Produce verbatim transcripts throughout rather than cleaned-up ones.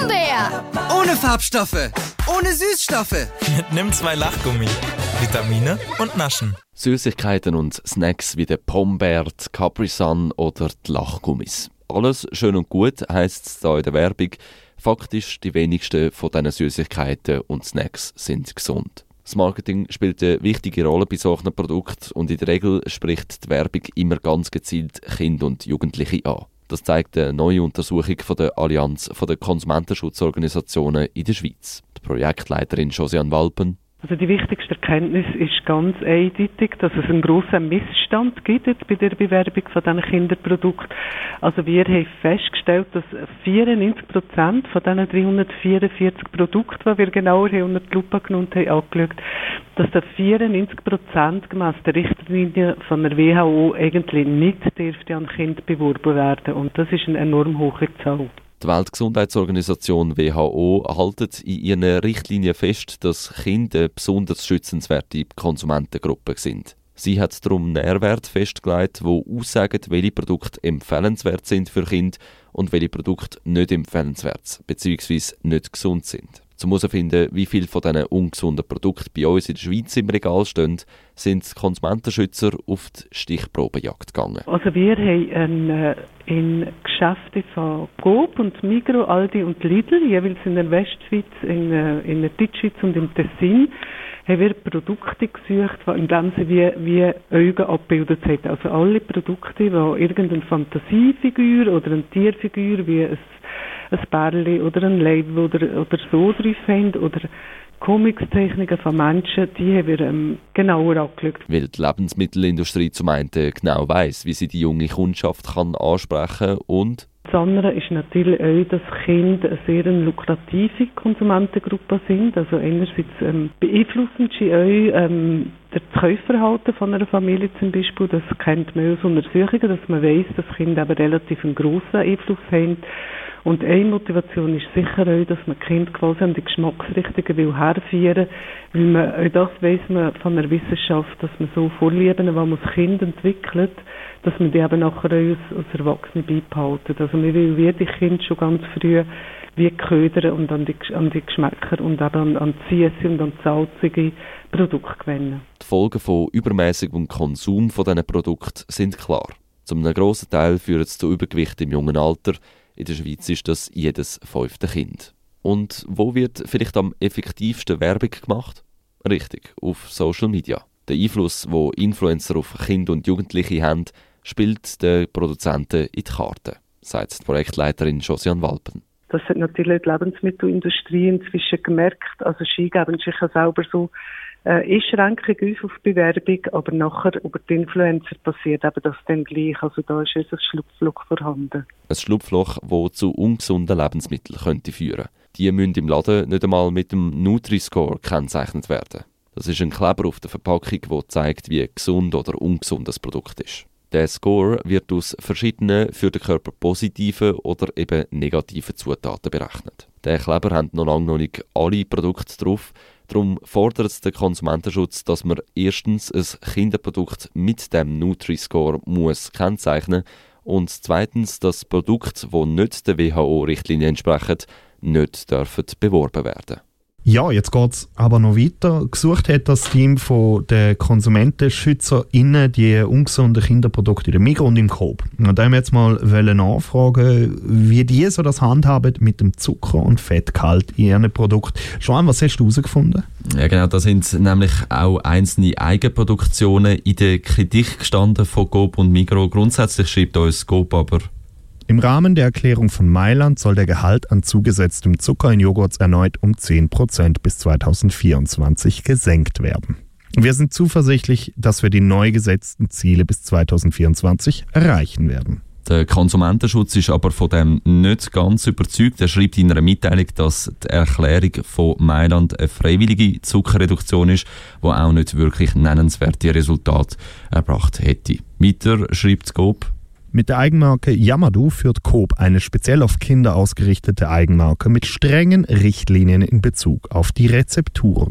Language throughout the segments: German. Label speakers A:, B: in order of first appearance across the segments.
A: Himbeer!
B: Ohne Farbstoffe, ohne Süßstoffe.
C: Nimm zwei Lachgummi, Vitamine und Naschen.
D: Süßigkeiten und Snacks wie der Pombeert, Capri Sun oder die Lachgummis. Alles schön und gut, heisst es da in der Werbung. Faktisch, die wenigsten von diesen Süßigkeiten und Snacks sind gesund. Das Marketing spielt eine wichtige Rolle bei solchen Produkten und in der Regel spricht die Werbung immer ganz gezielt Kinder und Jugendliche an. Das zeigt eine neue Untersuchung von der Allianz der Konsumentenschutzorganisationen in der Schweiz. Die Projektleiterin Josiane Walpen.
E: Also die wichtigste Erkenntnis ist ganz eindeutig, dass es einen grossen Missstand gibt jetzt bei der Bewerbung von diesen Kinderprodukten. Also wir haben festgestellt, dass vierundneunzig Prozent von diesen dreihundertvierundvierzig Produkten, die wir genauer unter die Lupe genommen haben, angeschaut, dass da vierundneunzig Prozent gemäss der Richtlinie von der W H O eigentlich nicht dürfte an Kinder beworben werden. Und das ist eine enorm hohe Zahl.
D: Die Weltgesundheitsorganisation W H O hält in ihren Richtlinien fest, dass Kinder eine besonders schützenswerte Konsumentengruppe sind. Sie hat darum Nährwerte festgelegt, die aussagen, welche Produkte empfehlenswert sind für Kinder und welche Produkte nicht empfehlenswert bzw. nicht gesund sind. Um herauszufinden, wie viele von diesen ungesunden Produkten bei uns in der Schweiz im Regal stehen, sind die Konsumentenschützer auf die Stichprobenjagd gegangen.
E: Also wir haben äh, in Geschäften von Coop und Migros, Aldi und Lidl, jeweils in der Westschweiz, in, äh, in der Deutschschweiz und im Tessin, haben wir Produkte gesucht, die in dem Sinne wie, wie Augen abgebildet haben. Also alle Produkte, die irgendeine Fantasiefigur oder eine Tierfigur wie ein ein Bärli oder ein Label oder, oder so drauf haben oder Comics-Techniken von Menschen, die haben wir ähm, genauer angeschaut.
D: Weil die Lebensmittelindustrie zum einen genau weiss, wie sie die junge Kundschaft kann ansprechen und
E: das andere ist natürlich auch, dass Kinder eine sehr lukrative Konsumentengruppe sind. Also einerseits ähm, beeinflussen sie auch ähm, das Kaufverhalten von einer Familie zum Beispiel. Das kennt man aus Untersuchungen, dass man weiss, dass Kinder eben relativ einen grossen Einfluss haben. Und eine Motivation ist sicher auch, dass man Kinder quasi an die Geschmacksrichtungen will herführen, weil man auch das weiss man von der Wissenschaft, dass man so Vorlieben, die man als Kind entwickelt, dass man die eben nachher auch als, als Erwachsene beibehalten. Also man will wie die Kinder schon ganz früh wie ködern und an die, an die Geschmäcker und eben an, an die süße und an die salzige Produkte gewinnen.
D: Die Folgen von übermäßigem Konsum von diesen Produkten sind klar. Zu einem grossen Teil führen sie zu Übergewicht im jungen Alter. In der Schweiz ist das jedes fünfte Kind. Und wo wird vielleicht am effektivsten Werbung gemacht? Richtig, auf Social Media. Der Einfluss, den Influencer auf Kinder und Jugendliche haben, spielt den Produzenten in die Karten, sagt die Projektleiterin Josiane Walpen.
E: Das hat natürlich die Lebensmittelindustrie inzwischen gemerkt. Also sie geben sich ja selber so äh, Einschränkungen auf die Bewerbung, aber nachher über die Influencer passiert eben das dann gleich. Also da ist ein Schlupfloch vorhanden. Ein
D: Schlupfloch, das zu ungesunden Lebensmitteln könnte führen. Die müssen im Laden nicht einmal mit dem Nutri-Score gekennzeichnet werden. Das ist ein Kleber auf der Verpackung, der zeigt, wie gesund oder ungesund das Produkt ist. Der Score wird aus verschiedenen, für den Körper positiven oder eben negativen Zutaten berechnet. Der Kleber hat noch lange noch nicht alle Produkte drauf. Darum fordert es den Konsumentenschutz, dass man erstens ein Kinderprodukt mit dem Nutri-Score muss kennzeichnen und zweitens, dass Produkte, die nicht der W H O-Richtlinie entsprechen, nicht dürfen beworben werden.
F: Ja, jetzt geht es aber noch weiter. Gesucht hat das Team von den KonsumentenschützerInnen die ungesunden Kinderprodukte in der Migros und im Coop. Und da haben wir jetzt mal nachfragen, wie die so das handhaben mit dem Zucker- und Fettgehalt in ihren Produkten. Joan, was hast du herausgefunden?
G: Ja genau, da sind nämlich auch einzelne Eigenproduktionen in der Kritik gestanden von Coop und Migros. Grundsätzlich schreibt uns Coop aber:
F: Im Rahmen der Erklärung von Mailand soll der Gehalt an zugesetztem Zucker in Joghurts erneut um zehn Prozent bis zweitausendvierundzwanzig gesenkt werden. Wir sind zuversichtlich, dass wir die neu gesetzten Ziele bis zweitausendvierundzwanzig erreichen werden.
G: Der Konsumentenschutz ist aber von dem nicht ganz überzeugt. Er schreibt in einer Mitteilung, dass die Erklärung von Mailand eine freiwillige Zuckerreduktion ist, die auch nicht wirklich nennenswerte Resultate erbracht hätte. Weiter schreibt Coop:
F: Mit der Eigenmarke Yamadou führt Coop eine speziell auf Kinder ausgerichtete Eigenmarke mit strengen Richtlinien in Bezug auf die Rezepturen.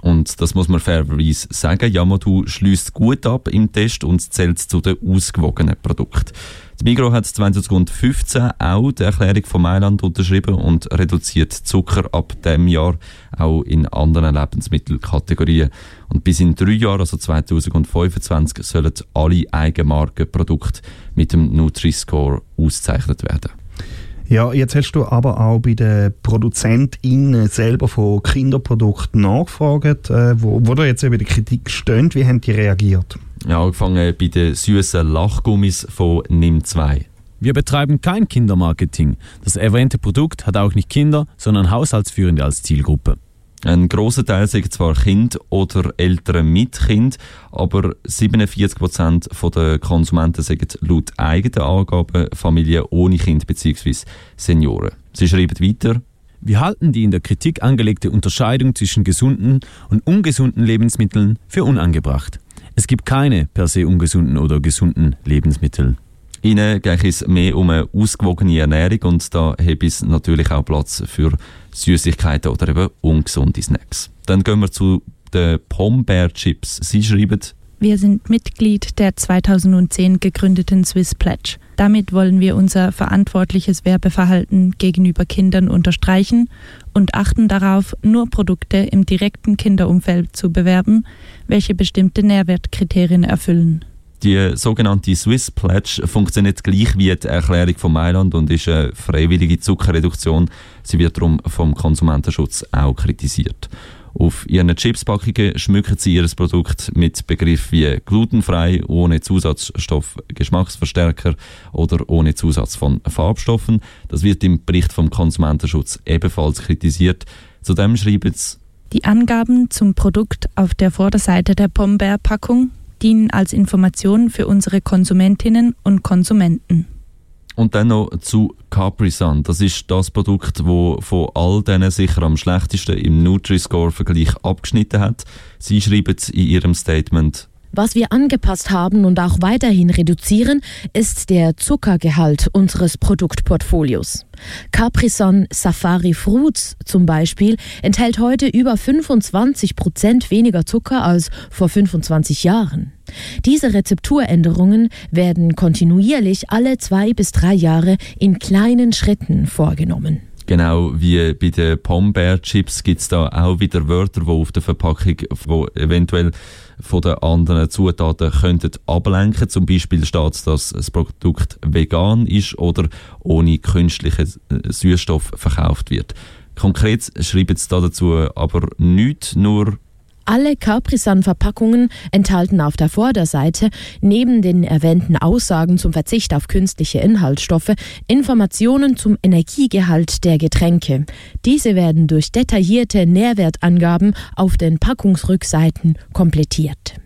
G: Und das muss man fairerweise sagen. Yamadu schließt gut ab im Test und zählt zu den ausgewogenen Produkten. Die Migros hat zwanzig fünfzehn auch die Erklärung von Mailand unterschrieben und reduziert Zucker ab diesem Jahr auch in anderen Lebensmittelkategorien. Und bis in drei Jahren, also zwanzig fünfundzwanzig, sollen alle Eigenmarkenprodukte mit dem Nutri-Score ausgezeichnet werden.
F: Ja, jetzt hast du aber auch bei den ProduzentInnen selber von Kinderprodukten nachgefragt, äh, wo, wo da jetzt über die Kritik stehen. Wie haben die reagiert?
G: Ja, angefangen bei den süßen Lachgummis von Nimm zwei.
A: Wir betreiben kein Kindermarketing. Das erwähnte Produkt hat auch nicht Kinder, sondern Haushaltsführende als Zielgruppe.
G: Ein grosser Teil sind zwar Kind oder Eltern mit Kind, aber siebenundvierzig Prozent der Konsumenten sind laut eigenen Angaben Familien ohne Kind bzw. Senioren. Sie schreiben weiter:
A: Wir halten die in der Kritik angelegte Unterscheidung zwischen gesunden und ungesunden Lebensmitteln für unangebracht. Es gibt keine per se ungesunden oder gesunden Lebensmittel.
G: Ihnen geht es mehr um eine ausgewogene Ernährung und da habe es natürlich auch Platz für Süßigkeiten oder eben ungesunde Snacks. Dann gehen wir zu den Pombeer-Chips. Sie schreiben:
H: Wir sind Mitglied der zweitausendzehn gegründeten Swiss Pledge. Damit wollen wir unser verantwortliches Werbeverhalten gegenüber Kindern unterstreichen und achten darauf, nur Produkte im direkten Kinderumfeld zu bewerben, welche bestimmte Nährwertkriterien erfüllen.
G: Die sogenannte Swiss Pledge funktioniert gleich wie die Erklärung von Mailand und ist eine freiwillige Zuckerreduktion. Sie wird darum vom Konsumentenschutz auch kritisiert. Auf ihren Chipspackungen schmücken sie ihr Produkt mit Begriffen wie glutenfrei, ohne Zusatzstoff, Geschmacksverstärker oder ohne Zusatz von Farbstoffen. Das wird im Bericht vom Konsumentenschutz ebenfalls kritisiert. Zudem schreiben sie:
H: Die Angaben zum Produkt auf der Vorderseite der Pombeer-Packung dienen als Information für unsere Konsumentinnen und Konsumenten.
G: Und dann noch zu Capri-Sun. Das ist das Produkt, das von all denen sicher am schlechtesten im Nutri-Score-Vergleich abgeschnitten hat. Sie schreiben in ihrem Statement:
I: Was wir angepasst haben und auch weiterhin reduzieren, ist der Zuckergehalt unseres Produktportfolios. Capri-Sun Safari Fruits zum Beispiel enthält heute über fünfundzwanzig Prozent weniger Zucker als vor fünfundzwanzig Jahren. Diese Rezepturänderungen werden kontinuierlich alle zwei bis drei Jahre in kleinen Schritten vorgenommen.
G: Genau wie bei den Pombeer-Chips gibt es da auch wieder Wörter, die auf der Verpackung wo eventuell von den anderen Zutaten könnten ablenken. Zum Beispiel steht, dass das Produkt vegan ist oder ohne künstlichen Süßstoff verkauft wird. Konkret schreiben sie dazu aber nichts, nur:
I: Alle Capri-Sun-Verpackungen enthalten auf der Vorderseite neben den erwähnten Aussagen zum Verzicht auf künstliche Inhaltsstoffe Informationen zum Energiegehalt der Getränke. Diese werden durch detaillierte Nährwertangaben auf den Packungsrückseiten komplettiert.